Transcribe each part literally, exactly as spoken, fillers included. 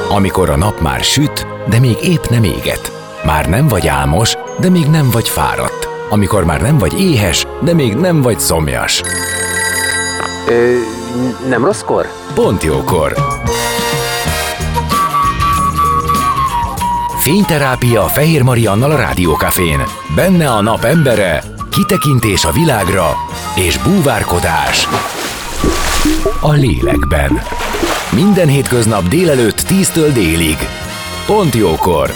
Amikor a nap már süt, de még épp nem éget. Már nem vagy álmos, de még nem vagy fáradt. Amikor már nem vagy éhes, de még nem vagy szomjas. Ö, nem rosszkor? Pont jókor. Fényterápia Fehér Mariannal a Rádiókafén. Benne a nap embere, kitekintés a világra és búvárkodás a lélekben. Minden hétköznap délelőtt tíztől délig. Pont jókor.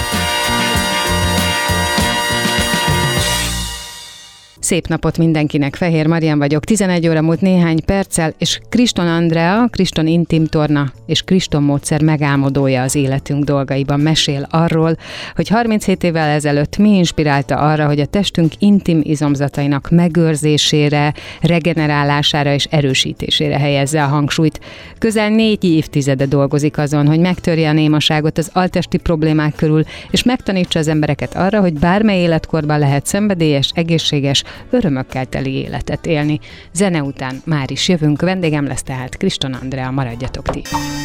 Szép napot mindenkinek, Fehér Marian vagyok, tizenegy óra múlt néhány perccel, és Kriston Andrea, Kriston Intim Torna és Kriston Módszer megálmodója az életünk dolgaiban mesél arról, hogy harminchét évvel ezelőtt mi inspirálta arra, hogy a testünk intim izomzatainak megőrzésére, regenerálására és erősítésére helyezze a hangsúlyt. Közel négy évtizede dolgozik azon, hogy megtörje a némaságot az altesti problémák körül, és megtanítsa az embereket arra, hogy bármely életkorban lehet szenvedélyes, egészséges, örömökkel teli életet élni. Zene után már is jövünk, vendégem lesz tehát Kriston Andrea, maradjatok ti!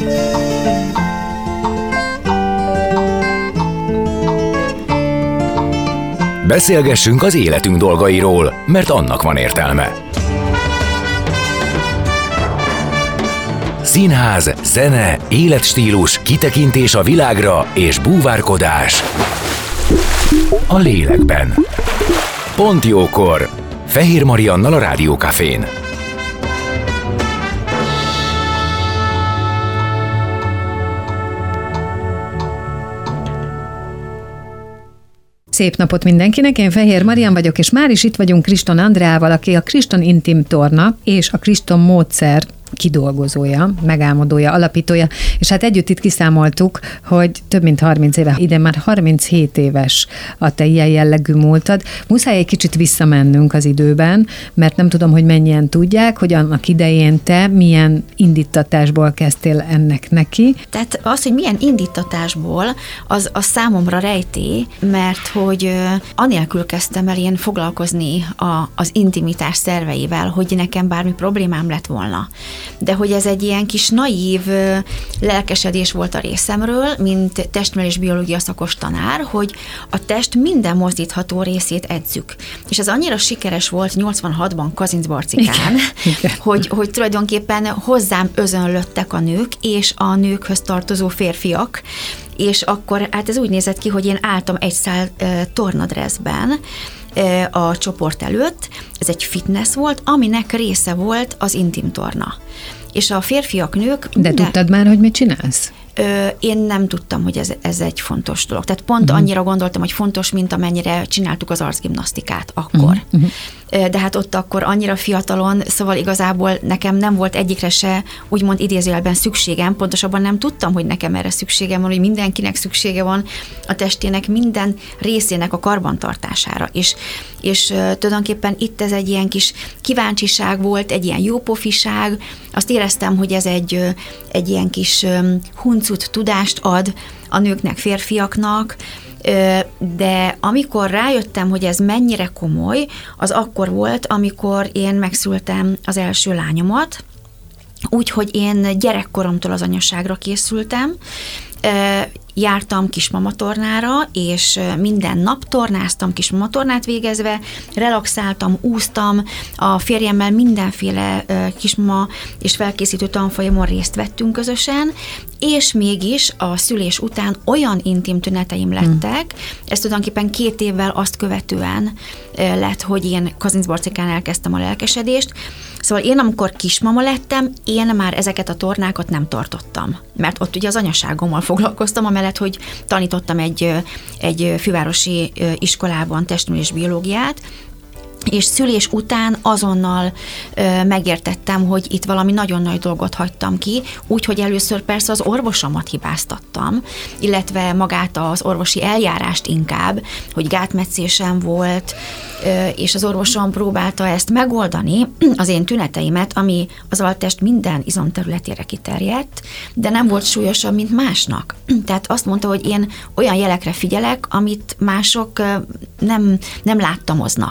Beszélgessünk az életünk dolgairól, mert annak van értelme. Színház, zene, életstílus, kitekintés a világra és búvárkodás a lélekben. Pont jókor. Fehér Mariannal a Rádiókafén. Szép napot mindenkinek, én Fehér Marian vagyok, és már is itt vagyunk Kriston Andreával, aki a Kriston Intim Torna és a Kriston Módszer kidolgozója, megálmodója, alapítója, és hát együtt itt kiszámoltuk, hogy több mint harminc éve, ide már harminchét éves a te ilyen jellegű múltad. Muszáj egy kicsit visszamennünk az időben, mert nem tudom, hogy mennyien tudják, hogy annak idején te milyen indítatásból kezdtél ennek neki. Tehát az, hogy milyen indítatásból, az, az számomra rejtély, mert hogy anélkül kezdtem el én foglalkozni a, az intimitás szerveivel, hogy nekem bármi problémám lett volna. De hogy ez egy ilyen kis naív lelkesedés volt a részemről, mint testnevelés biológia szakos tanár, hogy a test minden mozdítható részét edzük. És ez annyira sikeres volt nyolcvanhatban Kazincbarcikán, hogy, hogy tulajdonképpen hozzám özönlöttek a nők, és a nőkhöz tartozó férfiak, és akkor hát ez úgy nézett ki, hogy én álltam egy szál tornadresszben a csoport előtt, ez egy fitness volt, aminek része volt az intim torna. És a férfiak, nők... De minden... tudtad már, hogy mit csinálsz? Ö, én nem tudtam, hogy ez, ez egy fontos dolog. Tehát pont uh-huh. annyira gondoltam, hogy fontos, mint amennyire csináltuk az arcgimnasztikát akkor. Uh-huh. De hát ott akkor annyira fiatalon, szóval igazából nekem nem volt egyikre se úgymond idézőjelben szükségem, pontosabban nem tudtam, hogy nekem erre szükségem van, hogy mindenkinek szüksége van a testének minden részének a karbantartására. És, és tulajdonképpen itt ez egy ilyen kis kíváncsiság volt, egy ilyen jópofiság, azt éreztem, hogy ez egy, egy ilyen kis huncut tudást ad a nőknek, férfiaknak, de amikor rájöttem, hogy ez mennyire komoly, az akkor volt, amikor én megszültem az első lányomat, úgyhogy én gyerekkoromtól az anyaságra készültem, jártam kismamatornára, és minden nap tornáztam, kismamatornát végezve, relaxáltam, úsztam, a férjemmel mindenféle kismama és felkészítő tanfolyamon részt vettünk közösen, és mégis a szülés után olyan intim tüneteim lettek, hmm. ez tulajdonképpen két évvel azt követően lett, hogy én Kazincbarcikán elkezdtem a lelkesedést. Szóval én, amikor kismama lettem, én már ezeket a tornákat nem tartottam, mert ott ugye az anyaságommal foglalkoztam, amellett, hogy tanítottam egy, egy fővárosi iskolában testnevelés biológiát, és szülés után azonnal ö, megértettem, hogy itt valami nagyon nagy dolgot hagytam ki, úgyhogy először persze az orvosomat hibáztattam, illetve magát az orvosi eljárást inkább, hogy gátmetszésem volt, ö, és az orvosom próbálta ezt megoldani, az én tüneteimet, ami az alttest minden izomterületére kiterjedt, de nem volt súlyosabb, mint másnak. Tehát azt mondta, hogy én olyan jelekre figyelek, amit mások nem, nem láttamoznak.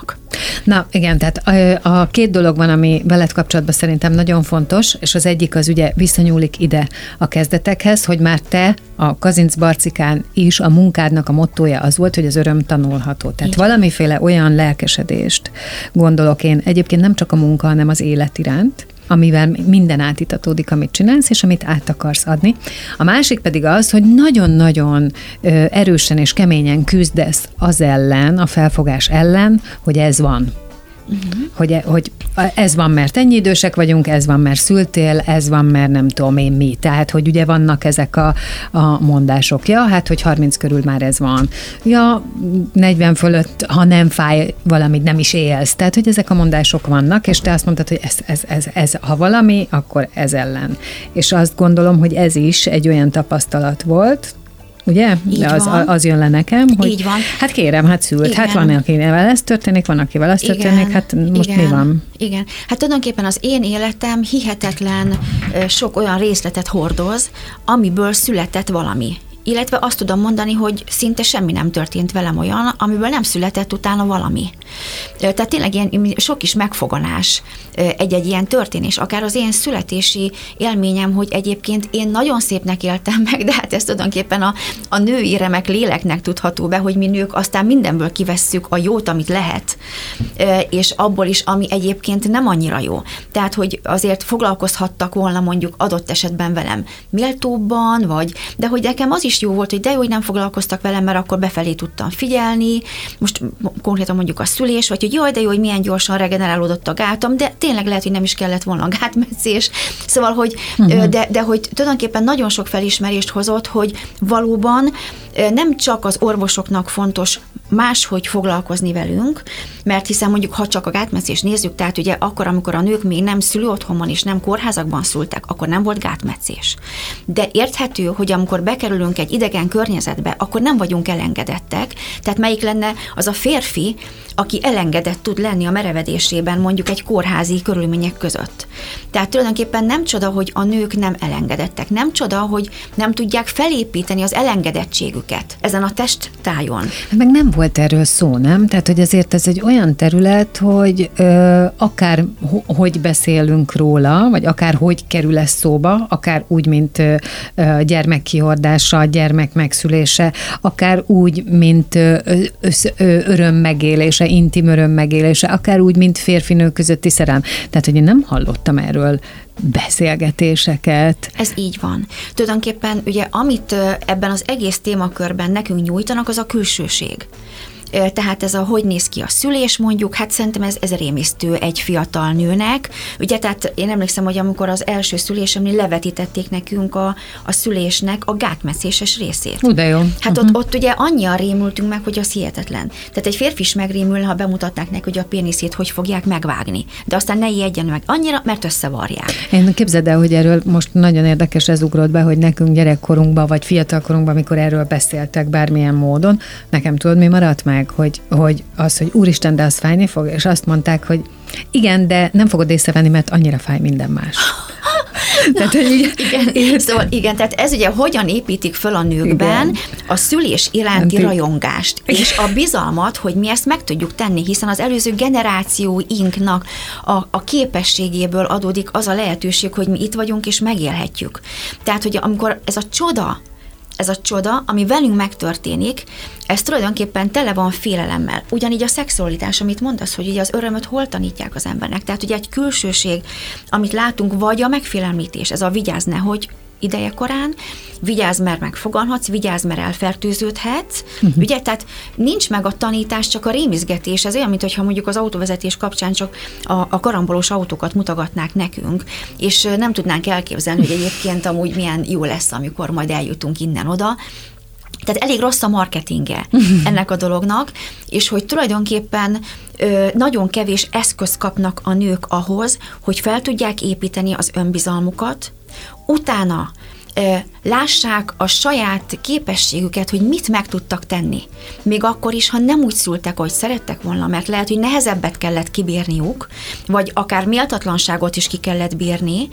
Na igen, tehát a, a két dolog van, ami veled kapcsolatban szerintem nagyon fontos, és az egyik az ugye visszanyúlik ide a kezdetekhez, hogy már te a Kazinc Barcikán is a munkádnak a mottója az volt, hogy az öröm tanulható. Tehát igen. Valamiféle olyan lelkesedést gondolok én egyébként nem csak a munka, hanem az élet iránt, amivel minden átitatódik, amit csinálsz, és amit át akarsz adni. A másik pedig az, hogy nagyon-nagyon erősen és keményen küzdesz az ellen, a felfogás ellen, hogy ez van. Uh-huh. Hogy, hogy ez van, mert ennyi idősek vagyunk, ez van, mert szültél, ez van, mert nem tudom én mi. Tehát, hogy ugye vannak ezek a, a mondások. Ja, hát, hogy harminc körül már ez van. Ja, negyven fölött, ha nem fáj valamit, nem is élsz. Tehát, hogy ezek a mondások vannak, és te azt mondtad, hogy ez, ez, ez, ez, ha valami, akkor ez ellen. És azt gondolom, hogy ez is egy olyan tapasztalat volt, ugye? De az, az jön le nekem, hogy így van. Hát kérem, hát szült. Igen. Hát van, akivel ez történik, van, akivel ez történik, igen. Hát most igen. mi van? Igen. Hát tulajdonképpen az én életem hihetetlen sok olyan részletet hordoz, amiből született valami. Illetve azt tudom mondani, hogy szinte semmi nem történt velem olyan, amiből nem született utána valami. Tehát tényleg ilyen sok is megfoganás egy-egy ilyen történés, akár az én születési élményem, hogy egyébként én nagyon szépnek éltem meg, de hát ez tulajdonképpen a, a női remek léleknek tudható be, hogy mi nők aztán mindenből kivesszük a jót, amit lehet, és abból is, ami egyébként nem annyira jó. Tehát, hogy azért foglalkozhattak volna mondjuk adott esetben velem méltóbban, vagy, de hogy nekem az is jó volt, hogy de jó, hogy nem foglalkoztak velem, mert akkor befelé tudtam figyelni, most konkrétan mondjuk a szülés, vagy hogy jaj, de jó, hogy milyen gyorsan regenerálódott a gátam, de tényleg lehet, hogy nem is kellett volna a gátmetszés. Szóval, hogy, uh-huh. de, de hogy tulajdonképpen nagyon sok felismerést hozott, hogy valóban nem csak az orvosoknak fontos máshogy foglalkozni velünk, mert hiszen mondjuk, ha csak a gátmetszést nézzük, tehát ugye akkor, amikor a nők még nem szülőotthonban és nem kórházakban szültek, akkor nem volt gátmetszés. De érthető, hogy amikor bekerülünk egy idegen környezetbe, akkor nem vagyunk elengedettek, tehát melyik lenne az a férfi, aki elengedett tud lenni a merevedésében mondjuk egy kórházi körülmények között. Tehát tulajdonképpen nem csoda, hogy a nők nem elengedettek, nem csoda, hogy nem tudják felépíteni az elengedettségüket ezen a testtájon. Meg nem volt erről szó, nem? Tehát, hogy azért ez egy olyan terület, hogy ö, akár ho, hogy beszélünk róla, vagy akár hogy kerül ez szóba, akár úgy, mint ö, gyermekkihordása, gyermek megszülése, akár úgy, mint ö, ö, ö, öröm megélése, intim öröm megélése, akár úgy, mint férfi-nő közötti szerelem. Tehát, hogy én nem hallottam erről beszélgetéseket. Ez így van. Tulajdonképpen ugye, amit ebben az egész témakörben nekünk nyújtanak, az a külsőség. Tehát ez a hogy néz ki a szülés mondjuk, hát szerintem ez, ez rémisztő egy fiatal nőnek. Ugye, tehát én emlékszem, hogy amikor az első szülésemnél levetítették nekünk a, a szülésnek a gátmetszéses részét. Ú, de jó. Hát uh-huh. ott, ott ugye annyian rémültünk meg, hogy az hihetetlen. Tehát egy férfi is megrémül, ha bemutatnák neki, hogy a péniszét hogy fogják megvágni. De aztán ne ijedjen meg annyira, mert összevarják. Én képzeld el, hogy erről most nagyon érdekes ez ugrott be, hogy nekünk gyerekkorunkban, vagy fiatalkorunkban, amikor erről beszéltek bármilyen módon, nekem tudod, mi maradt meg? Hogy, hogy az, hogy úristen, de az fájni fog, és azt mondták, hogy igen, de nem fogod észrevenni, mert annyira fáj minden más. Tehát, hogy igen, igen. Szóval igen, tehát ez ugye hogyan építik föl a nőkben igen. a szülés iránti igen. rajongást, és a bizalmat, hogy mi ezt meg tudjuk tenni, hiszen az előző generációinknak a, a képességéből adódik az a lehetőség, hogy mi itt vagyunk és megélhetjük. Tehát, hogy amikor ez a csoda, ez a csoda, ami velünk megtörténik, ez tulajdonképpen tele van félelemmel. Ugyanígy a szexualitás, amit mondasz, hogy ugye az örömöt hol tanítják az embernek. Tehát ugye egy külsőség, amit látunk, vagy a megfélemlítés, ez a vigyázz nehogy ideje korán, vigyázz, mert megfoganhatsz, vigyázz, mert elfertőződhetsz, uh-huh. ugye, tehát nincs meg a tanítás, csak a rémizgetés, ez olyan, mintha mondjuk az autóvezetés kapcsán csak a, a karambolós autókat mutogatnák nekünk, és nem tudnánk elképzelni, hogy egyébként amúgy milyen jó lesz, amikor majd eljutunk innen-oda. Tehát elég rossz a marketingje ennek a dolognak, és hogy tulajdonképpen ö, nagyon kevés eszköz kapnak a nők ahhoz, hogy fel tudják építeni az önbizalmukat, utána ö, lássák a saját képességüket, hogy mit meg tudtak tenni. Még akkor is, ha nem úgy szültek, ahogy szerettek volna, mert lehet, hogy nehezebbet kellett kibírniuk, vagy akár méltatlanságot is ki kellett bírni,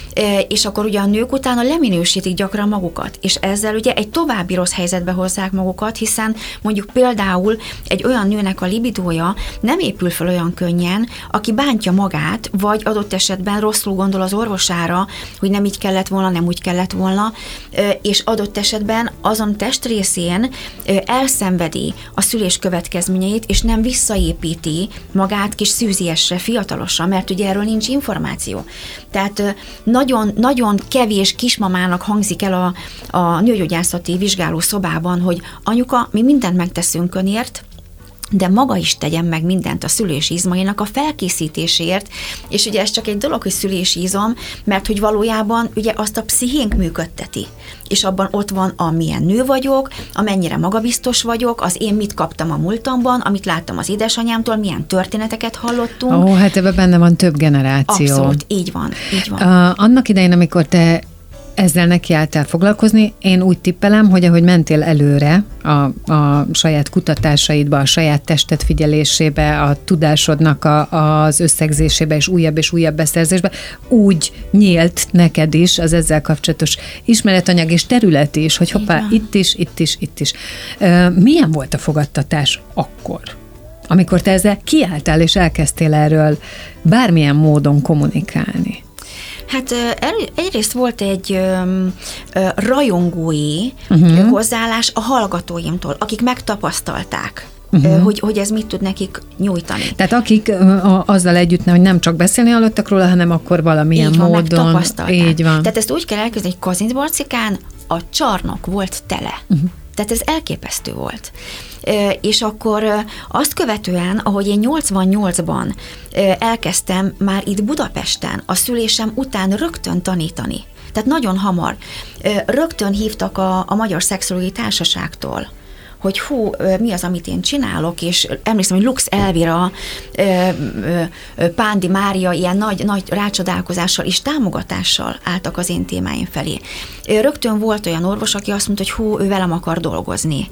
és akkor ugye a nők utána leminősítik gyakran magukat, és ezzel ugye egy további rossz helyzetbe hozzák magukat, hiszen mondjuk például egy olyan nőnek a libidója nem épül fel olyan könnyen, aki bántja magát, vagy adott esetben rosszul gondol az orvosára, hogy nem így kellett volna, nem úgy kellett volna, és adott esetben azon testrészén elszenvedi a szülés következményeit, és nem visszaépíti magát kis szűziesre, fiatalosra, mert ugye erről nincs információ. Tehát nagyon, nagyon kevés kismamának hangzik el a, a nőgyógyászati vizsgáló szobában, hogy anyuka, mi mindent megteszünk önért, de maga is tegyen meg mindent a szülési izmainak a felkészítéséért, és ugye ez csak egy dolog, hogy szülési izom, mert hogy valójában ugye azt a pszichénk működteti, és abban ott van, amilyen nő vagyok, amennyire magabiztos vagyok, az én mit kaptam a múltamban, amit láttam az édesanyámtól, milyen történeteket hallottunk. Ó, hát ebben benne van több generáció. Abszolút, így van, így van. Uh, annak idején, amikor te ezzel nekiálltál foglalkozni, én úgy tippelem, hogy ahogy mentél előre a, a saját kutatásaidba, a saját tested figyelésébe, a tudásodnak a, az összegzésébe és újabb és újabb beszerzésbe, úgy nyílt neked is az ezzel kapcsolatos ismeretanyag és terület is, hogy hoppá, itt is, itt is, itt is. Milyen volt a fogadtatás akkor, amikor te ezzel kiálltál és elkezdtél erről bármilyen módon kommunikálni? Hát egyrészt volt egy ö, ö, rajongói uh-huh. hozzáállás a hallgatóimtól, akik megtapasztalták, uh-huh. hogy, hogy ez mit tud nekik nyújtani. Tehát akik a, azzal együtt, hogy nem csak beszélni hallottak róla, hanem akkor valamilyen így van, módon. Megtapasztalták. Így van. Tehát ezt úgy kell elképzelni, hogy Kazincbarcikán a csarnok volt tele. Uh-huh. Tehát ez elképesztő volt. És akkor azt követően, ahogy én nyolcvannyolcban elkezdtem már itt Budapesten a szülésem után rögtön tanítani. Tehát nagyon hamar. Rögtön hívtak a, a Magyar Szexológiai Társaságtól, hogy hú, mi az, amit én csinálok, és emlékszem, hogy Lux Elvira, Pándi Mária ilyen nagy, nagy rácsodálkozással és támogatással álltak az én témáim felé. Rögtön volt olyan orvos, aki azt mondta, hogy hú, ő velem akar dolgozni.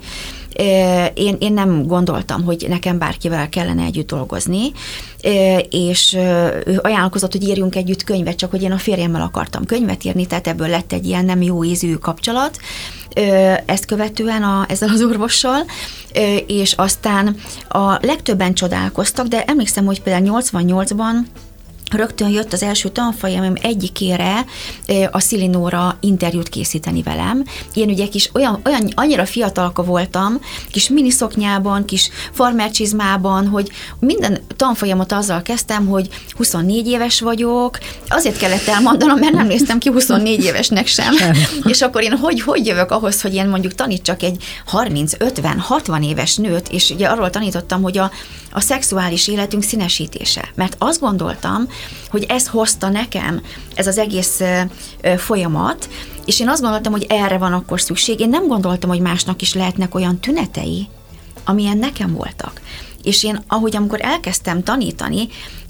Én, én nem gondoltam, hogy nekem bárkivel kellene együtt dolgozni, és ő ajánlkozott, hogy írjunk együtt könyvet, csak hogy én a férjemmel akartam könyvet írni, tehát ebből lett egy ilyen nem jó ízű kapcsolat, ezt követően a, ezzel az orvossal, és aztán a legtöbben csodálkoztak, de emlékszem, hogy például nyolcvannyolcban rögtön jött az első tanfolyamom egyikére a Szilinóra interjút készíteni velem. Ilyen ugye kis, olyan, olyan annyira fiatalka voltam, kis miniszoknyában, kis farmercsizmában, hogy minden tanfolyamot azzal kezdtem, hogy huszonnégy éves vagyok, azért kellett elmondanom, mert nem néztem ki huszonnégy évesnek sem. És akkor én hogy, hogy jövök ahhoz, hogy én mondjuk tanítsak egy harminc, ötven, hatvan éves nőt, és ugye arról tanítottam, hogy a, a szexuális életünk színesítése. Mert azt gondoltam, hogy ez hozta nekem, ez az egész folyamat, és én azt gondoltam, hogy erre van akkor szükség. Én nem gondoltam, hogy másnak is lehetnek olyan tünetei, amilyen nekem voltak. És én, ahogy amikor elkezdtem tanítani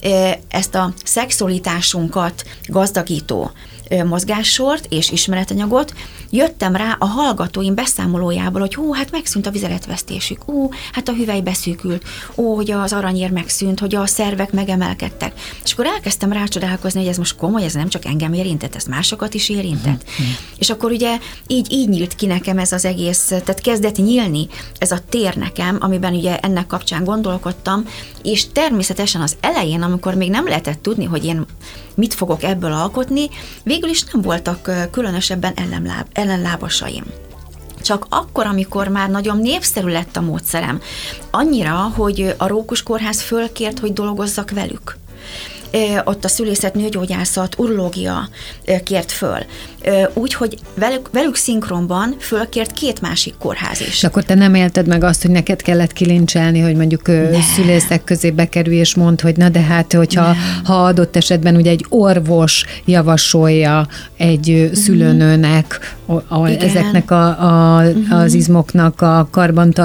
ezt a szexualitásunkat gazdagító mozgássort és ismeretanyagot, jöttem rá a hallgatóim beszámolójából, hogy hú, hát megszűnt a vizeletvesztésük, ó, hát a hüvely beszűkült, ó, hogy az aranyér megszűnt, hogy a szervek megemelkedtek. És akkor elkezdtem rácsodálkozni, hogy ez most komoly, ez nem csak engem érintett, ez másokat is érintett. Mm-hmm. És akkor ugye így, így nyílt ki nekem ez az egész, tehát kezdett nyílni ez a tér nekem, amiben ugye ennek kapcsán gondolkodtam, és természetesen az elején, amikor még nem lehetett tudni, hogy én mit fogok ebből alkotni, végül is nem voltak különösebben ellenláb, ellenlábasaim. Csak akkor, amikor már nagyon népszerű lett a módszerem, annyira, hogy a Rókus Kórház fölkért, hogy dolgozzak velük. Ott a szülészet, nőgyógyászat, urológia kért föl. Úgy, hogy velük, velük szinkronban fölkért két másik kórház is. És akkor te nem élted meg azt, hogy neked kellett kilincselni, hogy mondjuk nem. szülészek közé bekerülj, és mondd, hogy na de hát, hogyha ha adott esetben ugye egy orvos javasolja egy szülőnőnek a, a, ezeknek a, a, uh-huh. az izmoknak a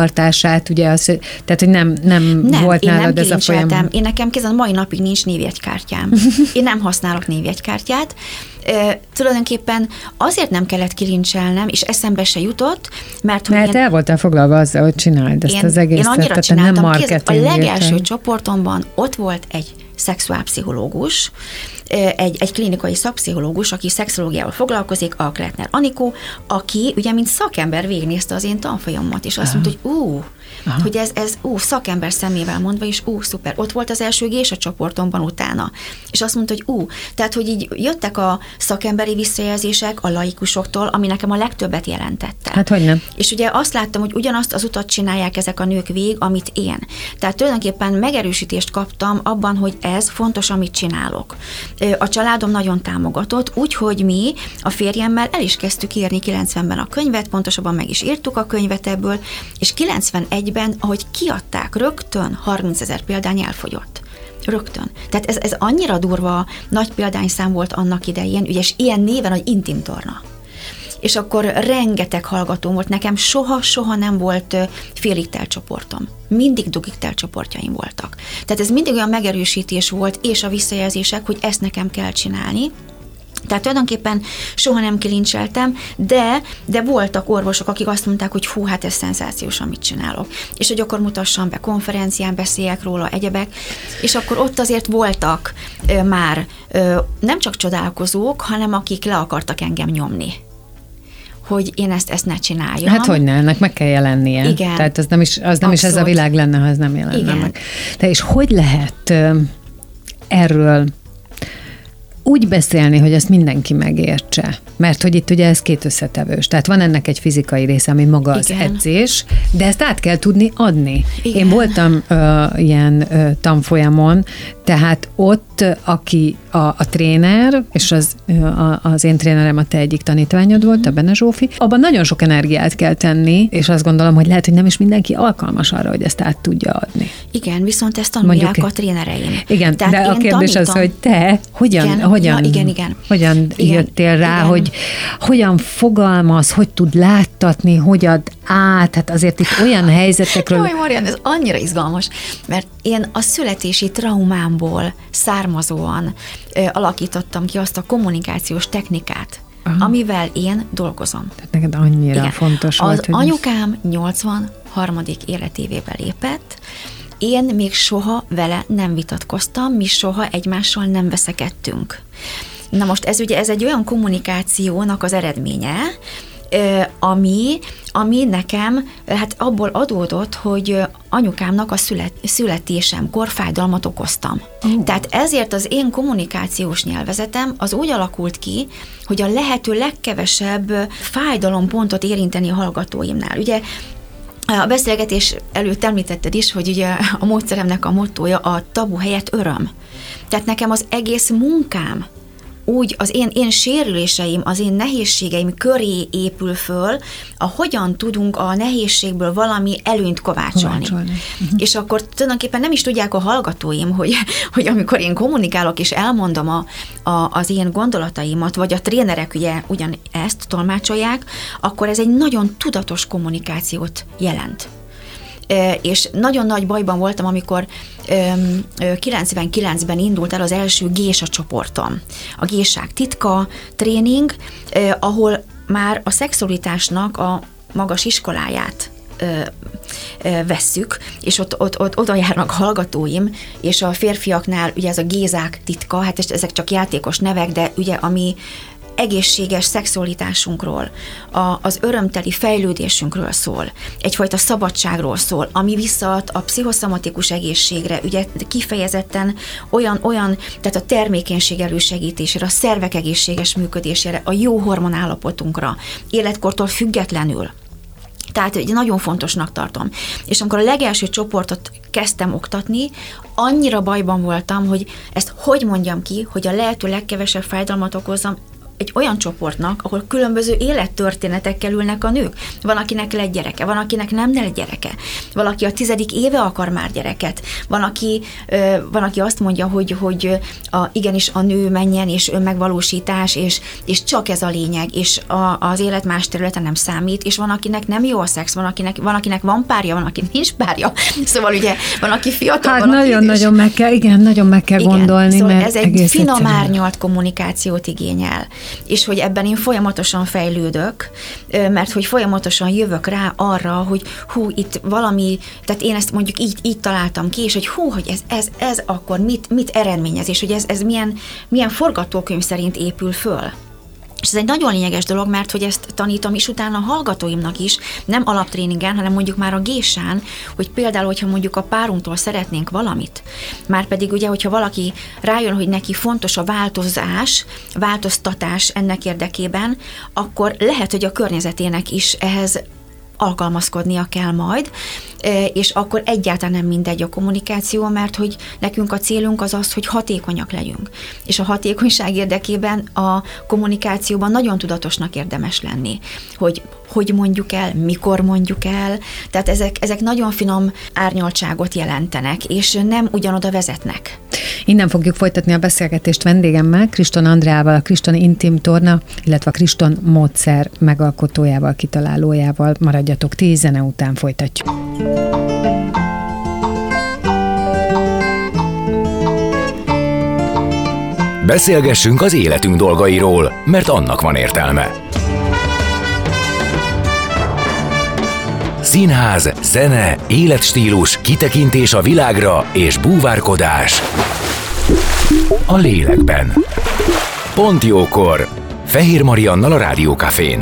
karbantartását, ugye az, tehát, hogy nem, nem, nem volt nálad nem ez a folyamat. Én nekem kézen mai napig nincs névjegykártyám. névjegykártyám. Én nem használok névjegykártyát. E, tulajdonképpen azért nem kellett kilincselnem, és eszembe se jutott, mert... Mert én, el voltál foglalva azzal, hogy csináld ezt én, az egészet, én annyira tehát csináltam, nem marketing. A legelső csoportomban ott volt egy szexuálpszichológus, egy, egy klinikai szakpszichológus, aki szexológiával foglalkozik, a Kretner Anikó, aki ugye mint szakember végignézte az én tanfolyamomat, és azt mondta, hogy ú, Aha. hogy ez, ez ú, szakember szemével mondva, és ú, szuper, ott volt az első gés a csoportomban utána. És azt mondta, hogy ú, tehát, hogy így jöttek a szakemberi visszajelzések a laikusoktól, ami nekem a legtöbbet jelentette. Hát hogy nem. És ugye azt láttam, hogy ugyanazt az utat csinálják ezek a nők végig, amit én. Tehát tulajdonképpen megerősítést kaptam abban, hogy ez fontos, amit csinálok. A családom nagyon támogatott, úgyhogy mi a férjemmel el is kezdtük írni kilencvenben a könyvet, pontosabban meg is írtuk a könyvet ebből, és kilencvenegyben, ahogy kiadták, rögtön harmincezer példány elfogyott. Rögtön. Tehát ez, ez annyira durva, nagy példányszám volt annak idején, ugye, és ilyen néven, hogy Intim Torna. És akkor rengeteg hallgatóm volt, nekem soha-soha nem volt félig telt csoportom. Mindig dugig telt csoportjaim voltak. Tehát ez mindig olyan megerősítés volt, és a visszajelzések, hogy ezt nekem kell csinálni. Tehát tulajdonképpen soha nem kilincseltem, de, de voltak orvosok, akik azt mondták, hogy hú, hát ez szenzációs, amit csinálok. És hogy akkor mutassam be, konferencián beszéljek róla, egyebek. És akkor ott azért voltak ö, már ö, nem csak csodálkozók, hanem akik le akartak engem nyomni, hogy én ezt, ezt ne csináljam. Hát hogy ne, ennek meg kell jelennie. Igen. Tehát az nem is, az nem is ez a világ lenne, ha ez nem jelenne Igen. meg. De és hogy lehet uh, erről úgy beszélni, hogy azt mindenki megértse? Mert hogy itt ugye ez két összetevős. Tehát van ennek egy fizikai része, ami maga az Igen. edzés, de ezt át kell tudni adni. Igen. Én voltam uh, ilyen uh, tanfolyamon, tehát ott, aki a, a tréner, és az, uh, az én trénerem a te egyik tanítványod volt, a Bene Zsófi, abban nagyon sok energiát kell tenni, és azt gondolom, hogy lehet, hogy nem is mindenki alkalmas arra, hogy ezt át tudja adni. Igen, viszont ezt tanulják Mondjuk, a trénereim. Igen, Tehát de a kérdés tanítom. az, hogy te hogyan, Igen, hogyan, ja, igen, igen. hogyan Igen, jöttél rá, igen. hogy hogyan fogalmaz, hogy tud láttatni, hogy ad át, hát azért itt olyan helyzetekről... Jaj, Marian, ez annyira izgalmas, mert én a születési traumámból származóan ö, alakítottam ki azt a kommunikációs technikát, Aha. amivel én dolgozom. Tehát neked annyira Igen. fontos az volt, hogy... anyukám nyolcvanharmadik életévébe lépett, én még soha vele nem vitatkoztam, mi soha egymással nem veszekedtünk. Na most ez ugye ez egy olyan kommunikációnak az eredménye, ami, ami nekem hát abból adódott, hogy anyukámnak a szület, születésemkor fájdalmat okoztam. Uh. Tehát ezért az én kommunikációs nyelvezetem az úgy alakult ki, hogy a lehető legkevesebb fájdalompontot érinteni a hallgatóimnál. Ugye a beszélgetés előtt említetted is, hogy ugye a módszeremnek a mottója a tabu helyett öröm. Tehát nekem az egész munkám úgy az én, én sérüléseim, az én nehézségeim köré épül föl, a hogyan tudunk a nehézségből valami előnyt kovácsolni. kovácsolni. Uh-huh. És akkor tulajdonképpen nem is tudják a hallgatóim, hogy, hogy amikor én kommunikálok és elmondom a, a, az én gondolataimat, vagy a trénerek ugye ugyan ezt tolmácsolják, akkor ez egy nagyon tudatos kommunikációt jelent. És nagyon nagy bajban voltam, amikor kilencvenkilencben indult el az első gésa csoportom. A Géság titka tréning, ahol már a szexualitásnak a magas iskoláját vesszük, és ott, ott, ott oda járnak hallgatóim, és a férfiaknál ugye ez a Gézák titka, hát ezek csak játékos nevek, de ugye ami egészséges szexualitásunkról, a, az örömteli fejlődésünkről szól, egyfajta szabadságról szól, ami visszaad a pszichoszomatikus egészségre, ugye kifejezetten olyan, olyan, tehát a termékenység elősegítésére, a szervek egészséges működésére, a jó hormonállapotunkra, életkortól függetlenül. Tehát egy nagyon fontosnak tartom. És amikor a legelső csoportot kezdtem oktatni, annyira bajban voltam, hogy ezt hogy mondjam ki, hogy a lehető legkevesebb fájdalmat okozzam egy olyan csoportnak, ahol különböző élettörténetekkel ülnek a nők. Van, akinek lett gyereke, van, akinek nem lett gyereke. Valaki a tizedik éve akar már gyereket. Van, aki, van, aki azt mondja, hogy, hogy a, igenis a nő menjen, és önmegvalósítás, és, és csak ez a lényeg, és a, az élet más területen nem számít, és van, akinek nem jó a szex, van, akinek van, akinek van párja, van, akinek nincs párja. Szóval ugye van, aki fiatal, hát van, nagyon-nagyon meg kell, igen, nagyon meg kell igen, gondolni, szóval mert ez egy finom árnyalt kommunikációt igényel, és hogy ebben én folyamatosan fejlődök, mert hogy folyamatosan jövök rá arra, hogy hú, itt valami, tehát én ezt mondjuk így, így találtam ki, és hogy hú, hogy ez, ez, ez akkor mit, mit eredményez, és hogy ez, ez milyen, milyen forgatókönyv szerint épül föl. És ez egy nagyon lényeges dolog, mert hogy ezt tanítom is utána a hallgatóimnak is, nem alaptréningen, hanem mondjuk már a gésán, hogy például, hogyha mondjuk a párunktól szeretnénk valamit, már pedig ugye, hogyha valaki rájön, hogy neki fontos a változás, változtatás ennek érdekében, akkor lehet, hogy a környezetének is ehhez alkalmazkodnia kell majd, és akkor egyáltalán nem mindegy a kommunikáció, mert hogy nekünk a célunk az az, hogy hatékonyak legyünk. És a hatékonyság érdekében a kommunikációban nagyon tudatosnak érdemes lenni, hogy hogy mondjuk el, mikor mondjuk el, tehát ezek, ezek nagyon finom árnyaltságot jelentenek, és nem ugyanoda vezetnek. Innen fogjuk folytatni a beszélgetést vendégemmel, Kriston Andreával, a Kriston Intim Torna, illetve a Kriston módszer megalkotójával, kitalálójával. Maradjatok, tíz zene után folytatjuk. Beszélgessünk az életünk dolgairól, mert annak van értelme. Színház, zene, életstílus, kitekintés a világra és búvárkodás a lélekben. Pont jókor! Fehér Mariannal a Rádió Cafén.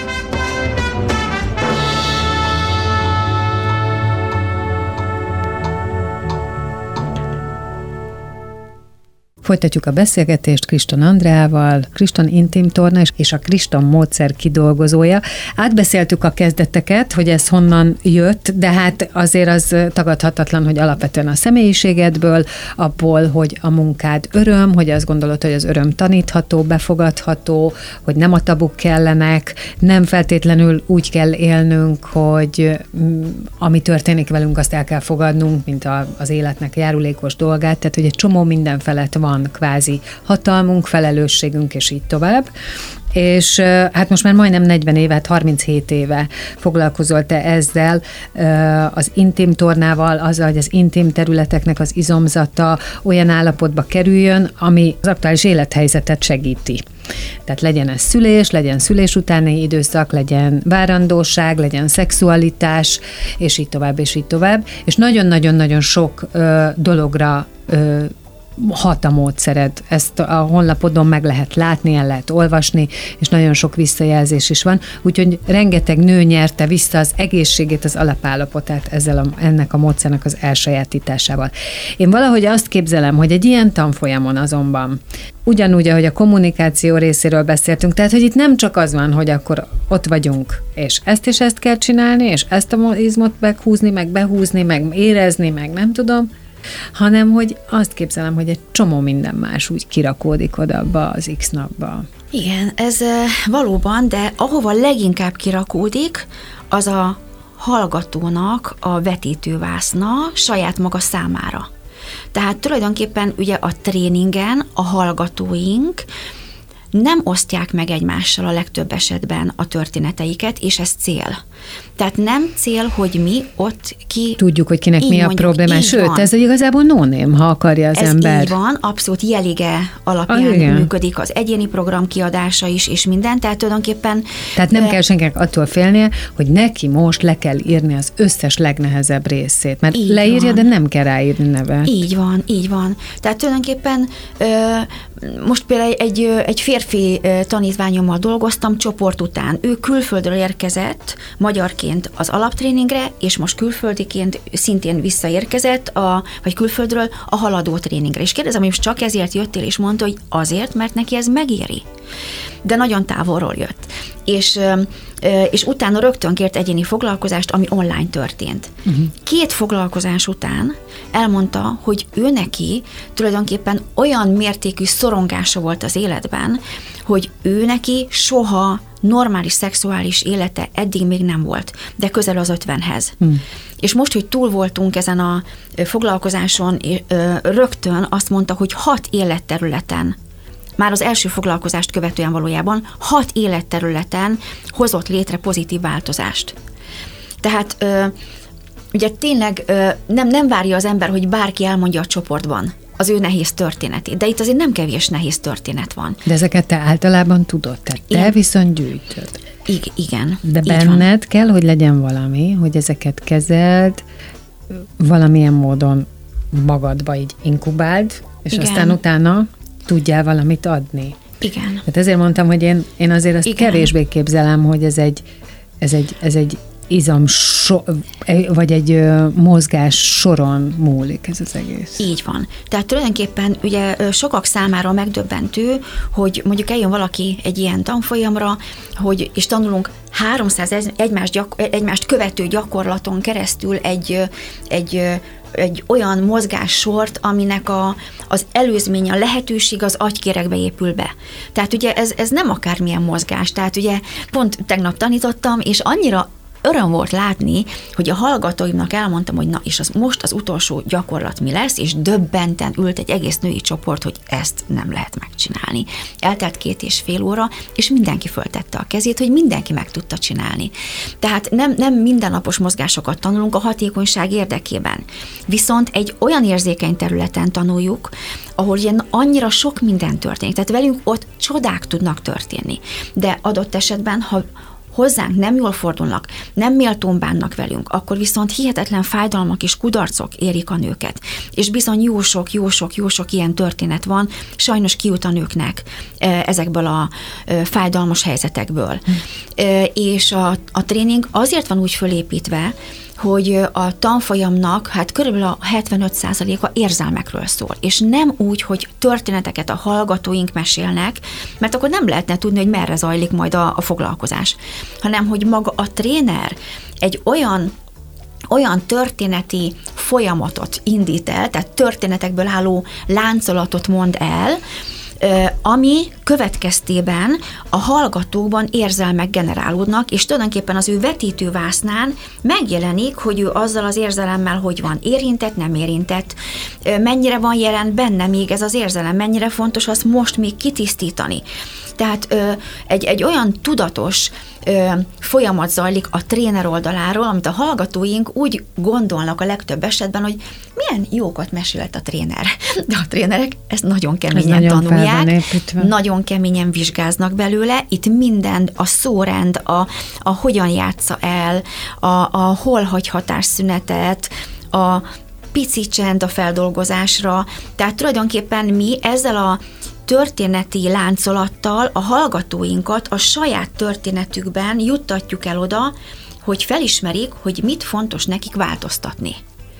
Folytatjuk a beszélgetést Kriston Andreával, Kriston Intim Torna és a Kriston módszer kidolgozója. Átbeszéltük a kezdeteket, hogy ez honnan jött, de hát azért az tagadhatatlan, hogy alapvetően a személyiségedből, abból, hogy a munkád öröm, hogy azt gondolod, hogy az öröm tanítható, befogadható, hogy nem a tabuk kellenek, nem feltétlenül úgy kell élnünk, hogy ami történik velünk, azt el kell fogadnunk, mint a, az életnek járulékos dolgát, tehát hogy egy csomó minden felett van kvázi hatalmunk, felelősségünk, és így tovább. És hát most már majdnem negyven évet, harminchét éve foglalkozol te ezzel, az intim tornával, azzal, hogy az intim területeknek az izomzata olyan állapotba kerüljön, ami az aktuális élethelyzetet segíti. Tehát legyen ez szülés, legyen szülés utáni időszak, legyen várandóság, legyen szexualitás, és így tovább, és így tovább. És nagyon-nagyon-nagyon sok ö, dologra ö, hat a módszered. Ezt a honlapodon meg lehet látni, el lehet olvasni, és nagyon sok visszajelzés is van, úgyhogy rengeteg nő nyerte vissza az egészségét, az alapállapotát ezzel a, ennek a módszernek az elsajátításával. Én valahogy azt képzelem, hogy egy ilyen tanfolyamon azonban, ugyanúgy, ahogy a kommunikáció részéről beszéltünk, tehát, hogy itt nem csak az van, hogy akkor ott vagyunk, és ezt és ezt kell csinálni, és ezt a izmot meghúzni, meg behúzni, meg érezni, meg nem tudom, hanem hogy azt képzelem, hogy egy csomó minden más úgy kirakódik oda abba az X napba. Igen, ez valóban, de ahova leginkább kirakódik, az a hallgatónak a vetítővászna saját maga számára. Tehát tulajdonképpen ugye a tréningen a hallgatóink nem osztják meg egymással a legtöbb esetben a történeteiket, és ez cél. Tehát nem cél, hogy mi ott ki... Tudjuk, hogy kinek mi a probléma, sőt, van. Ez igazából no-name, ha akarja az ez ember. Ez így van, abszolút jelige alapján ah, működik az egyéni program kiadása is, és minden, tehát tulajdonképpen... Tehát nem de... kell senkinek attól félnie, hogy neki most le kell írni az összes legnehezebb részét, mert így leírja, van. De nem kell ráírni nevet. Így van, így van. Tehát tulajdonképpen ö, most például egy, egy férfi tanítványommal dolgoztam csoport után. Ő külföldről érkezett, magyarként az alaptréningre, és most külföldiként szintén visszaérkezett, a, vagy külföldről a haladó tréningre. És kérdezem, hogy most csak ezért jöttél, és mondta, hogy azért, mert neki ez megéri. De nagyon távolról jött. És és utána rögtön kért egyéni foglalkozást, ami online történt. Uh-huh. Két foglalkozás után elmondta, hogy ő neki tulajdonképpen olyan mértékű szorongása volt az életben, hogy ő neki soha normális szexuális élete eddig még nem volt, de közel az ötvenhez. Hmm. És most, hogy túl voltunk ezen a foglalkozáson, rögtön azt mondta, hogy hat életterületen, már az első foglalkozást követően valójában hat életterületen hozott létre pozitív változást. Tehát ugye tényleg nem, nem várja az ember, hogy bárki elmondja a csoportban az ő nehéz történetét, de itt azért nem kevés nehéz történet van. De ezeket te általában tudod, tehát te igen. viszont gyűjtöd. I- igen. De benned kell, hogy legyen valami, hogy ezeket kezeld, valamilyen módon magadba így inkubáld, és igen. aztán utána tudjál valamit adni. Igen. Tehát ezért mondtam, hogy én, én azért azt igen. kevésbé képzelem, hogy ez egy, ez egy, ez egy izom, so, vagy egy ö, mozgás soron múlik ez az egész. Így van. Tehát tulajdonképpen ugye sokak számára megdöbbentő, hogy mondjuk eljön valaki egy ilyen tanfolyamra, hogy, és tanulunk háromszáz egymást, gyak, egymást követő gyakorlaton keresztül egy, egy egy olyan mozgássort, aminek a, az előzménye, a lehetőség az agykéregbe épül be. Tehát ugye ez, ez nem akármilyen mozgás. Tehát ugye pont tegnap tanítottam, és annyira öröm volt látni, hogy a hallgatóimnak elmondtam, hogy na, és az most az utolsó gyakorlat mi lesz, és döbbenten ült egy egész női csoport, hogy ezt nem lehet megcsinálni. Eltelt két és fél óra, és mindenki föltette a kezét, hogy mindenki meg tudta csinálni. Tehát nem, nem mindennapos mozgásokat tanulunk a hatékonyság érdekében. Viszont egy olyan érzékeny területen tanuljuk, ahol ilyen annyira sok minden történik. Tehát velünk ott csodák tudnak történni. De adott esetben, ha hozzánk nem jól fordulnak, nem méltón bánnak velünk, akkor viszont hihetetlen fájdalmak és kudarcok érik a nőket. És bizony jó sok, jó sok, jó sok ilyen történet van, sajnos kijut a nőknek ezekből a fájdalmas helyzetekből. Hm. És a, a tréning azért van úgy fölépítve, hogy a tanfolyamnak hát körülbelül a hetvenöt százaléka érzelmekről szól, és nem úgy, hogy történeteket a hallgatóink mesélnek, mert akkor nem lehetne tudni, hogy merre zajlik majd a, a foglalkozás, hanem hogy maga a tréner egy olyan olyan történeti folyamatot indít el, tehát történetekből álló láncolatot mond el, ami következtében a hallgatóban érzelmek generálódnak, és tulajdonképpen az ő vetítővásznán megjelenik, hogy ő azzal az érzelemmel hogy van érintett, nem érintett, mennyire van jelen benne még ez az érzelem, mennyire fontos azt most még kitisztítani. Tehát egy, egy olyan tudatos folyamat zajlik a tréner oldaláról, amit a hallgatóink úgy gondolnak a legtöbb esetben, hogy milyen jókat mesélt a tréner. De a trénerek ezt nagyon keményen ez tanulják, nagyon keményen vizsgáznak belőle, itt minden, a szórend, a, a hogyan játsza el, a, a hol hagy hatásszünetet, a pici csend a feldolgozásra, tehát tulajdonképpen mi ezzel a történeti láncolattal a hallgatóinkat a saját történetükben juttatjuk el oda, hogy felismerik, hogy mit fontos nekik változtatni.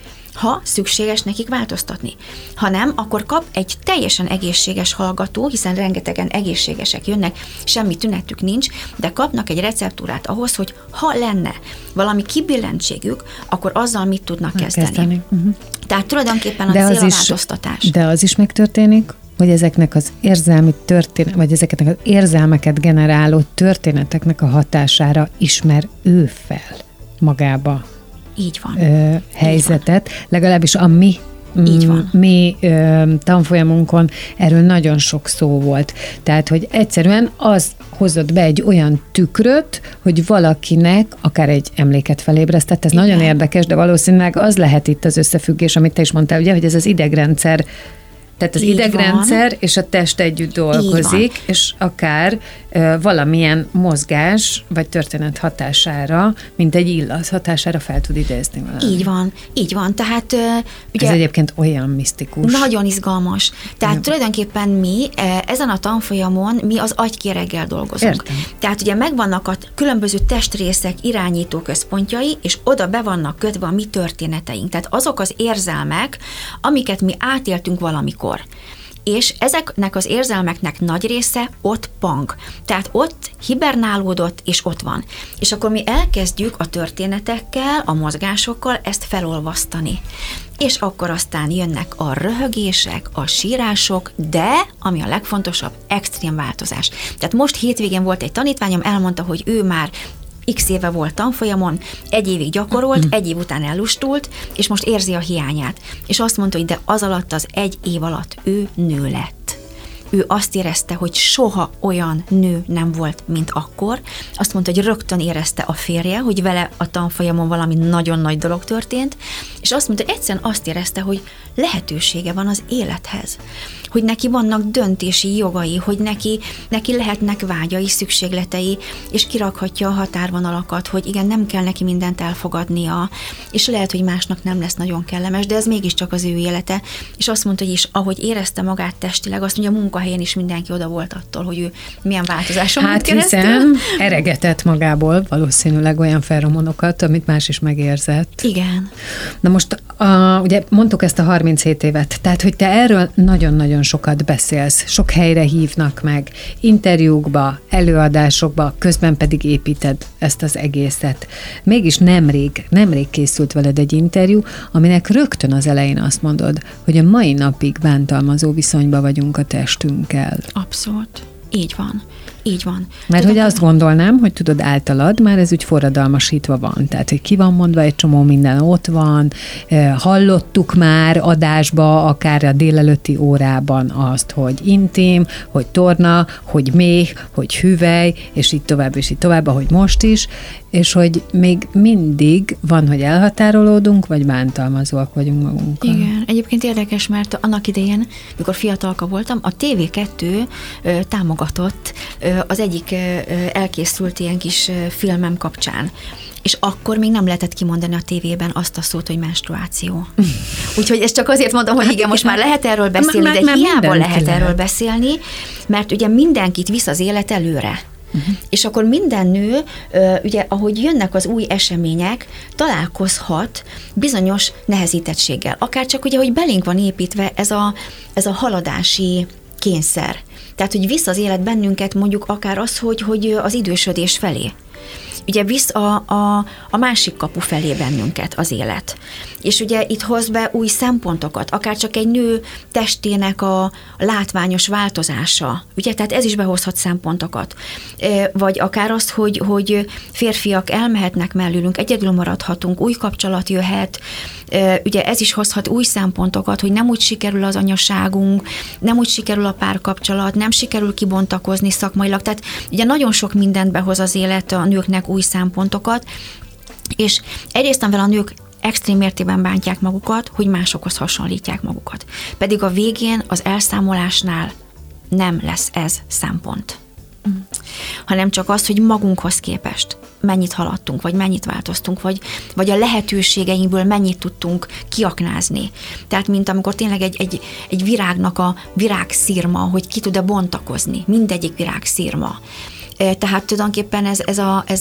Ha szükséges nekik változtatni. Ha nem, akkor kap egy teljesen egészséges hallgató, hiszen rengetegen egészségesek jönnek, semmi tünetük nincs, de kapnak egy receptúrát ahhoz, hogy ha lenne valami kibillentségük, akkor azzal mit tudnak kezdeni. kezdeni. Uh-huh. Tehát tulajdonképpen a de cél a is, változtatás. De az is megtörténik, hogy ezeknek az érzelmi történet, vagy ezeknek az érzelmeket generáló történeteknek a hatására ismer ő fel magába. Így van. Ö, helyzetet, van. Legalábbis a mi, Így van. mi ö, tanfolyamunkon erről nagyon sok szó volt. Tehát, hogy egyszerűen az hozott be egy olyan tükröt, hogy valakinek akár egy emléket felébresztett, ez igen. nagyon érdekes, de valószínűleg az lehet itt az összefüggés, amit te is mondtál, ugye, hogy ez az idegrendszer. Tehát az így idegrendszer van. És a test együtt dolgozik, és akár uh, valamilyen mozgás vagy történet hatására, mint egy illat hatására fel tud idézni valami. Így van, így van. Tehát uh, ugye ez egyébként olyan misztikus. Nagyon izgalmas. Tehát ja. tulajdonképpen mi ezen a tanfolyamon mi az agykéreggel dolgozunk. Értem. Tehát ugye megvannak a különböző testrészek irányító központjai, és oda be vannak kötve a mi történeteink. Tehát azok az érzelmek, amiket mi átéltünk valamikor. és ezeknek az érzelmeknek nagy része ott pang. Tehát ott hibernálódott, és ott van. És akkor mi elkezdjük a történetekkel, a mozgásokkal ezt felolvasztani. És akkor aztán jönnek a röhögések, a sírások, de, ami a legfontosabb, extrém változás. Tehát most hétvégén volt egy tanítványom, elmondta, hogy ő már x éve volt tanfolyamon, egy évig gyakorolt, egy év után ellustult, és most érzi a hiányát. És azt mondta, hogy de az alatt, az egy év alatt ő nő lett. Ő azt érezte, hogy soha olyan nő nem volt, mint akkor. Azt mondta, hogy rögtön érezte a férje, hogy vele a tanfolyamon valami nagyon nagy dolog történt, és azt mondta, hogy egyszerűen azt érezte, hogy lehetősége van az élethez. Hogy neki vannak döntési jogai, hogy neki, neki lehetnek vágyai, szükségletei, és kirakhatja a határvonalakat, hogy igen, nem kell neki mindent elfogadnia, és lehet, hogy másnak nem lesz nagyon kellemes, de ez mégiscsak az ő élete. És azt mondta, hogy is, ahogy érezte magát testileg, azt mondja, a munkahelyen is mindenki oda volt attól, hogy ő milyen változáson hát keresztül. hiszem, eregetett magából valószínűleg olyan feromonokat, amit más is megérzett. Igen. Na most, a, ugye mondtuk ezt a harminchét évet, tehát, hogy te erről nagyon-nagyon sokat beszélsz, sok helyre hívnak meg, interjúkba, előadásokba, közben pedig építed ezt az egészet. Mégis nemrég, nemrég készült veled egy interjú, aminek rögtön az elején azt mondod, hogy a mai napig bántalmazó viszonyba vagyunk a testünkkel. Abszolút. Így van. Így van. Mert Tudom, hogy azt gondolnám, hogy tudod, általad már ez úgy forradalmasítva van. Tehát, hogy ki van mondva, egy csomó minden ott van, hallottuk már adásba, akár a délelőtti órában azt, hogy intim, hogy torna, hogy méh, hogy hüvely, és így tovább, és így tovább, ahogy most is, és hogy még mindig van, hogy elhatárolódunk, vagy bántalmazóak vagyunk magunkkal. Igen, egyébként érdekes, mert annak idején, mikor fiatalka voltam, a té vé kettő ö, támogatott ö, az egyik ö, elkészült ilyen kis ö, filmem kapcsán. És akkor még nem lehetett kimondani a tévében azt a szót, hogy menstruáció. Úgyhogy ezt csak azért mondom, hogy hát igen, most már lehet erről beszélni, de hiába lehet erről lehet. beszélni, mert ugye mindenkit visz az élet előre. Uh-huh. És akkor minden nő, ugye, ahogy jönnek az új események, találkozhat bizonyos nehezítettséggel. Akár csak ugye, hogy belénk van építve ez a, ez a haladási kényszer. Tehát, hogy visz az élet bennünket mondjuk akár az, hogy, hogy az idősödés felé. Ugye visz a, a, a másik kapu felé bennünket az élet. És ugye itt hoz be új szempontokat, akár csak egy nő testének a látványos változása, ugye, tehát ez is behozhat szempontokat. Vagy akár azt, hogy, hogy férfiak elmehetnek mellőlünk, egyedül maradhatunk, új kapcsolat jöhet, ugye ez is hozhat új szempontokat, hogy nem úgy sikerül az anyaságunk, nem úgy sikerül a párkapcsolat, nem sikerül kibontakozni szakmailag, tehát ugye nagyon sok mindent behoz az élet a nőknek új szempontokat, és egyrészt amivel a nők extrém mértékben bántják magukat, hogy másokhoz hasonlítják magukat. Pedig a végén az elszámolásnál nem lesz ez szempont. Mm. Hanem csak az, hogy magunkhoz képest mennyit haladtunk, vagy mennyit változtunk, vagy, vagy a lehetőségeinkből mennyit tudtunk kiaknázni. Tehát, mint amikor tényleg egy, egy, egy virágnak a virágszirma, hogy ki tud-e bontakozni, mindegyik virágszirma. Tehát tulajdonképpen ez, ez, a, ez,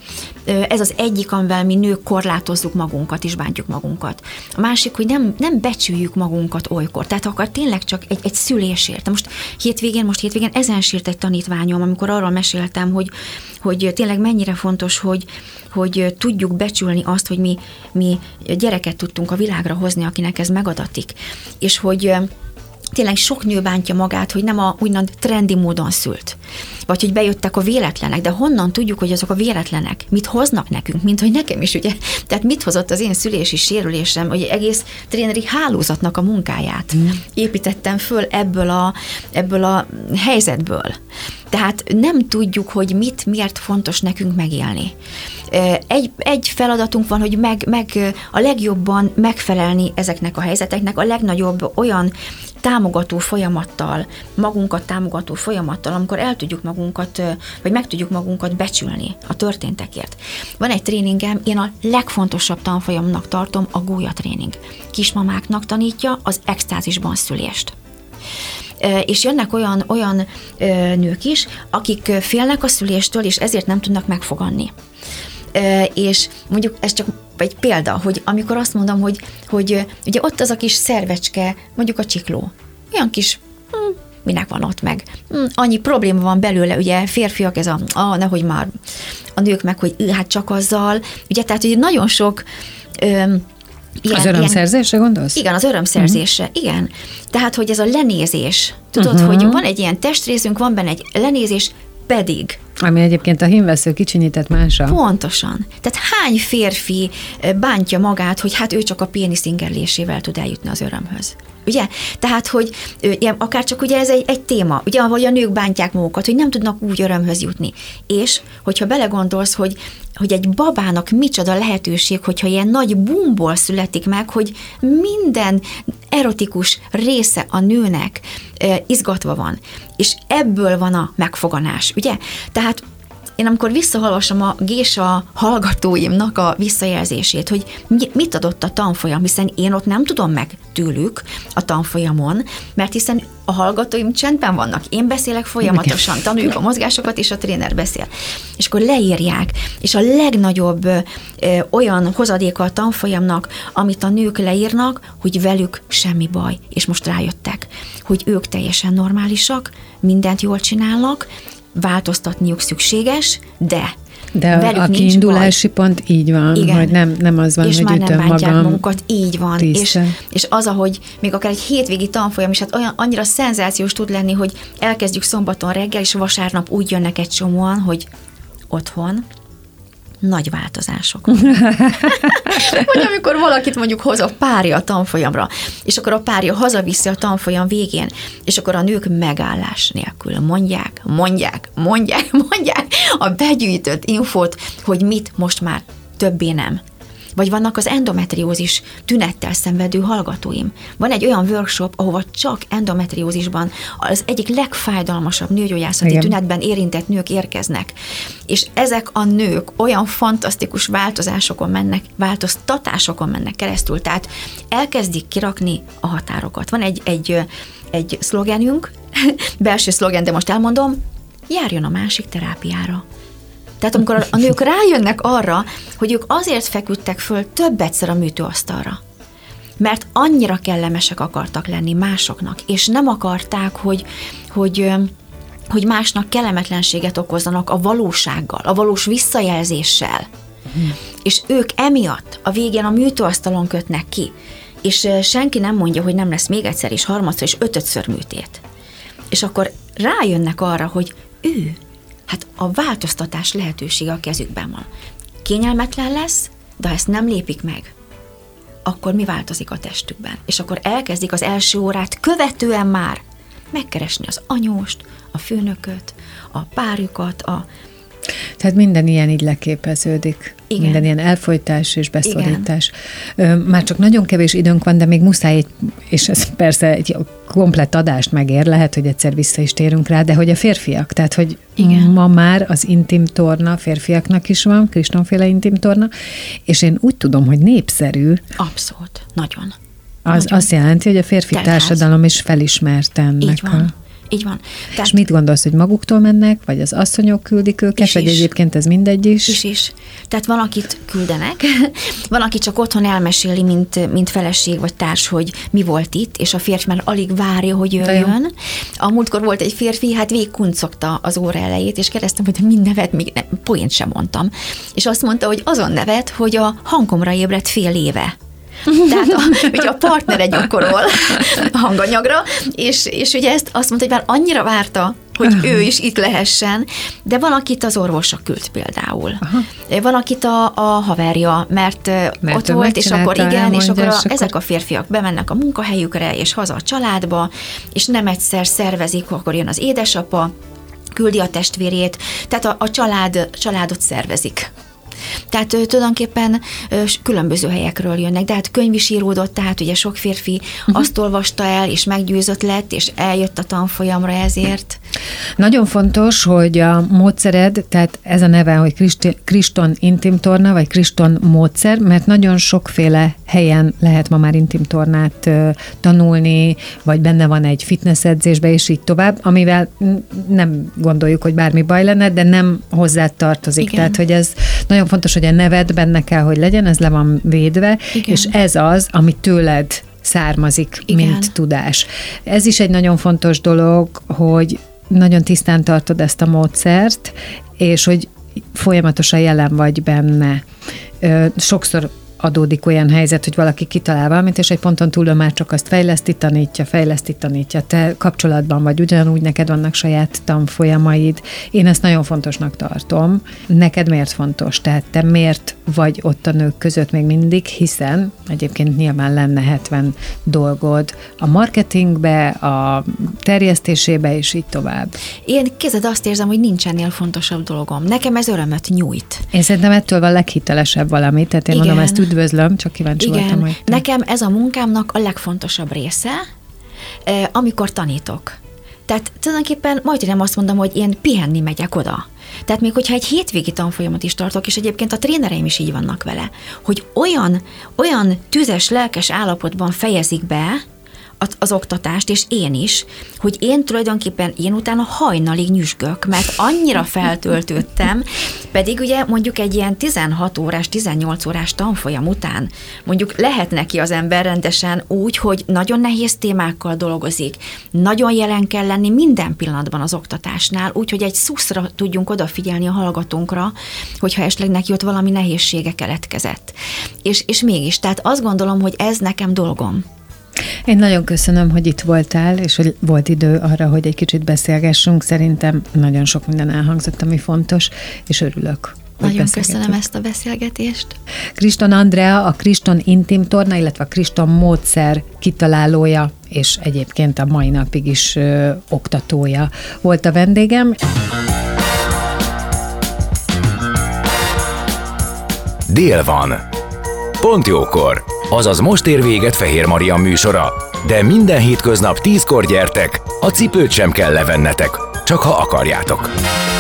ez az egyik, amivel mi nők korlátozzuk magunkat, és bántjuk magunkat. A másik, hogy nem, nem becsüljük magunkat olykor. Tehát akar tényleg csak egy, egy szülésért. Most hétvégén, most hétvégén ezen sírt egy tanítványom, amikor arról meséltem, hogy, hogy tényleg mennyire fontos, hogy, hogy tudjuk becsülni azt, hogy mi, mi gyereket tudtunk a világra hozni, akinek ez megadatik. És hogy tényleg sok nő bántja magát, hogy nem a úgymond trendi módon szült. Vagy hogy bejöttek a véletlenek, de honnan tudjuk, hogy azok a véletlenek mit hoznak nekünk, mint hogy nekem is, ugye? Tehát mit hozott az én szülési sérülésem, hogy egész tréneri hálózatnak a munkáját mm. építettem föl ebből a, ebből a helyzetből. Tehát nem tudjuk, hogy mit, miért fontos nekünk megélni. Egy, egy feladatunk van, hogy meg, meg a legjobban megfelelni ezeknek a helyzeteknek, a legnagyobb olyan támogató folyamattal, magunkat támogató folyamattal, amikor el tudjuk magunkat, vagy meg tudjuk magunkat becsülni a történtekért. Van egy tréningem, én a legfontosabb tanfolyamnak tartom a gólyatréning. Kismamáknak tanítja az extázisban szülést. És jönnek olyan, olyan nők is, akik félnek a szüléstől, és ezért nem tudnak megfoganni. És mondjuk ez csak egy példa, hogy amikor azt mondom, hogy, hogy ugye ott az a kis szervecske, mondjuk a csikló, olyan kis hm, minek van ott meg? Hm, annyi probléma van belőle, ugye férfiak, ez a, ah, nehogy már, a nők meg, hogy ő, hát csak azzal, ugye, tehát, hogy nagyon sok öm, Ilyen, az örömszerzésre gondolsz? Igen, az örömszerzésre, uh-huh. igen. Tehát, hogy ez a lenézés. Tudod, uh-huh. hogy van egy ilyen testrészünk, van benne egy lenézés, pedig. Ami egyébként a hímvesző kicsinyített mása. Pontosan. Tehát hány férfi bántja magát, hogy hát ő csak a pénisz ingerlésével tud eljutni az örömhöz. Ugye? Tehát, hogy akár csak ugye ez egy, egy téma, ugye, ahogy a nők bántják magukat, hogy nem tudnak úgy örömhöz jutni. És, hogyha belegondolsz, hogy, hogy egy babának micsoda lehetőség, hogyha ilyen nagy bumból születik meg, hogy minden erotikus része a nőnek e, izgatva van, és ebből van a megfoganás, ugye? Tehát én amikor visszahallgatom a Gésa hallgatóimnak a visszajelzését, hogy mit adott a tanfolyam, hiszen én ott nem tudom meg tőlük a tanfolyamon, mert hiszen a hallgatóim csendben vannak, én beszélek folyamatosan, tanuljuk a mozgásokat, és a tréner beszél. És akkor leírják, és a legnagyobb ö, olyan hozadéka a tanfolyamnak, amit a nők leírnak, hogy velük semmi baj, és most rájöttek, hogy ők teljesen normálisak, mindent jól csinálnak, változtatniuk szükséges, de De a kiindulási pont így van, igen. hogy nem, nem az van, és hogy már ütöm nem bántják magam. magukat, így van. És, és az, ahogy még akár egy hétvégi tanfolyam is, hát olyan, annyira szenzációs tud lenni, hogy elkezdjük szombaton reggel, és vasárnap úgy jönnek egy csomóan, hogy otthon nagy változások. Vagy amikor valakit mondjuk hoz a párja a tanfolyamra, és akkor a párja hazaviszi a tanfolyam végén, és akkor a nők megállás nélkül mondják, mondják, mondják, mondják a begyűjtött infót, hogy mit most már többé nem. Vagy vannak az endometriózis tünettel szenvedő hallgatóim. Van egy olyan workshop, ahova csak endometriózisban az egyik legfájdalmasabb nőgyógyászati Igen. tünetben érintett nők érkeznek. És ezek a nők olyan fantasztikus változásokon mennek, változtatásokon mennek keresztül, tehát elkezdik kirakni a határokat. Van egy, egy, egy szlogenünk, belső szlogen, de most elmondom, járjon a másik terápiára. Tehát amikor a nők rájönnek arra, hogy ők azért feküdtek föl több egyszer a műtőasztalra, mert annyira kellemesek akartak lenni másoknak, és nem akarták, hogy, hogy, hogy másnak kellemetlenséget okozzanak a valósággal, a valós visszajelzéssel. Hmm. És ők emiatt a végén a műtőasztalon kötnek ki, és senki nem mondja, hogy nem lesz még egyszer, és harmadszor, és ötödször műtét. És akkor rájönnek arra, hogy ő, hát a változtatás lehetősége a kezükben van. Kényelmetlen lesz, de ha ezt nem lépik meg, akkor mi változik a testükben? És akkor elkezdik az első órát követően már megkeresni az anyóst, a főnököt, a párjukat, a... Tehát minden ilyen így leképeződik. Igen. Minden ilyen elfojtás és beszorítás. Igen. Már csak nagyon kevés időnk van, de még muszáj, egy, és ez persze egy komplett adást megér, lehet, hogy egyszer vissza is térünk rá, de hogy a férfiak, tehát hogy Igen. ma már az intim torna férfiaknak is van, Kristónféle intim torna, és én úgy tudom, hogy népszerű. Abszolút, nagyon. Az nagyon. Azt jelenti, hogy a férfi Telház. Társadalom is felismerte ennek. Így van. A... Így van. Tehát, és mit gondolsz, hogy maguktól mennek, vagy az asszonyok küldik őket, vagy is. Egyébként ez mindegy is? Is is. Tehát van, akit küldenek, van, aki csak otthon elmeséli, mint, mint feleség vagy társ, hogy mi volt itt, és a férfi már alig várja, hogy jöjjön. A múltkor volt egy férfi, hát végigkuncogta az óra elejét, és kérdeztem, hogy mi nevet, még nem, poént sem mondtam. És azt mondta, hogy azon nevet, hogy a hangomra ébredt fél éve. Tehát a, ugye a partnere gyakorol a hanganyagra, és, és ugye ezt azt mondta, hogy már annyira várta, hogy uh-huh. ő is itt lehessen, de van, akit az orvosa küld például. Uh-huh. Van, akit a, a haverja, mert, mert ott volt, és akkor igen, és akkor, a, akkor ezek a férfiak bemennek a munkahelyükre, és haza a családba, és nem egyszer szervezik, akkor jön az édesapa, küldi a testvérét, tehát a, a család, családot szervezik. Tehát tulajdonképpen különböző helyekről jönnek, de hát könyv is íródott, tehát ugye sok férfi uh-huh. azt olvasta el, és meggyőzött lett, és eljött a tanfolyamra ezért. Nagyon fontos, hogy a módszered, tehát ez a neve, hogy Kriston intim torna, vagy Kriston módszer, mert nagyon sokféle helyen lehet ma már intim tornát tanulni, vagy benne van egy fitness edzésbe, és így tovább, amivel nem gondoljuk, hogy bármi baj lenne, de nem hozzá tartozik. Igen. Tehát, hogy ez nagyon fontos, hogy a neved benne kell, hogy legyen, ez le van védve, Igen. és ez az, ami tőled származik, Igen. mint tudás. Ez is egy nagyon fontos dolog, hogy nagyon tisztán tartod ezt a módszert, és hogy folyamatosan jelen vagy benne. Sokszor adódik olyan helyzet, hogy valaki kitalál valamit, és egy ponton túl már csak azt fejleszti, tanítja, fejleszti, tanítja. Te kapcsolatban vagy, ugyanúgy neked vannak saját tanfolyamaid. Én ezt nagyon fontosnak tartom. Neked miért fontos? Tehát te miért vagy ott a nők között még mindig, hiszen egyébként nyilván lenne hetven dolgod a marketingbe, a terjesztésébe, és így tovább. Én kézed azt érzem, hogy nincs ennél fontosabb dolgom. Nekem ez örömöt nyújt. Én szerintem ettől van leghitelesebb valami, tehát én Igen. mondom, ezt üdvözlöm, csak kíváncsi Igen. voltam, hogy te. Nekem ez a munkámnak a legfontosabb része, amikor tanítok. Tehát tulajdonképpen majdnem azt mondom, hogy én pihenni megyek oda. Tehát még hogyha egy hétvégi tanfolyamat is tartok, és egyébként a trénereim is így vannak vele, hogy olyan, olyan tüzes, lelkes állapotban fejezik be az oktatást, és én is, hogy én tulajdonképpen én utána hajnalig nyüzsgök, mert annyira feltöltöttem, pedig ugye mondjuk egy ilyen tizenhat órás, tizennyolc órás tanfolyam után mondjuk lehet neki az ember rendesen úgy, hogy nagyon nehéz témákkal dolgozik, nagyon jelen kell lenni minden pillanatban az oktatásnál, úgyhogy egy szuszra tudjunk odafigyelni a hallgatónkra, hogyha esetleg neki ott valami nehézsége keletkezett. És, és mégis, tehát azt gondolom, hogy ez nekem dolgom. Én nagyon köszönöm, hogy itt voltál, és hogy volt idő arra, hogy egy kicsit beszélgessünk. Szerintem nagyon sok minden elhangzott, ami fontos, és örülök. Nagyon köszönöm ezt a beszélgetést. Kriston Andrea, a Kriston Intim Torna, illetve a Kriston módszer kitalálója, és egyébként a mai napig is ö, oktatója volt a vendégem. Dél van. Pont jókor. Azaz most ér véget Fehér Marian műsora. De minden hétköznap tízkor gyertek, a cipőt sem kell levennetek, csak ha akarjátok.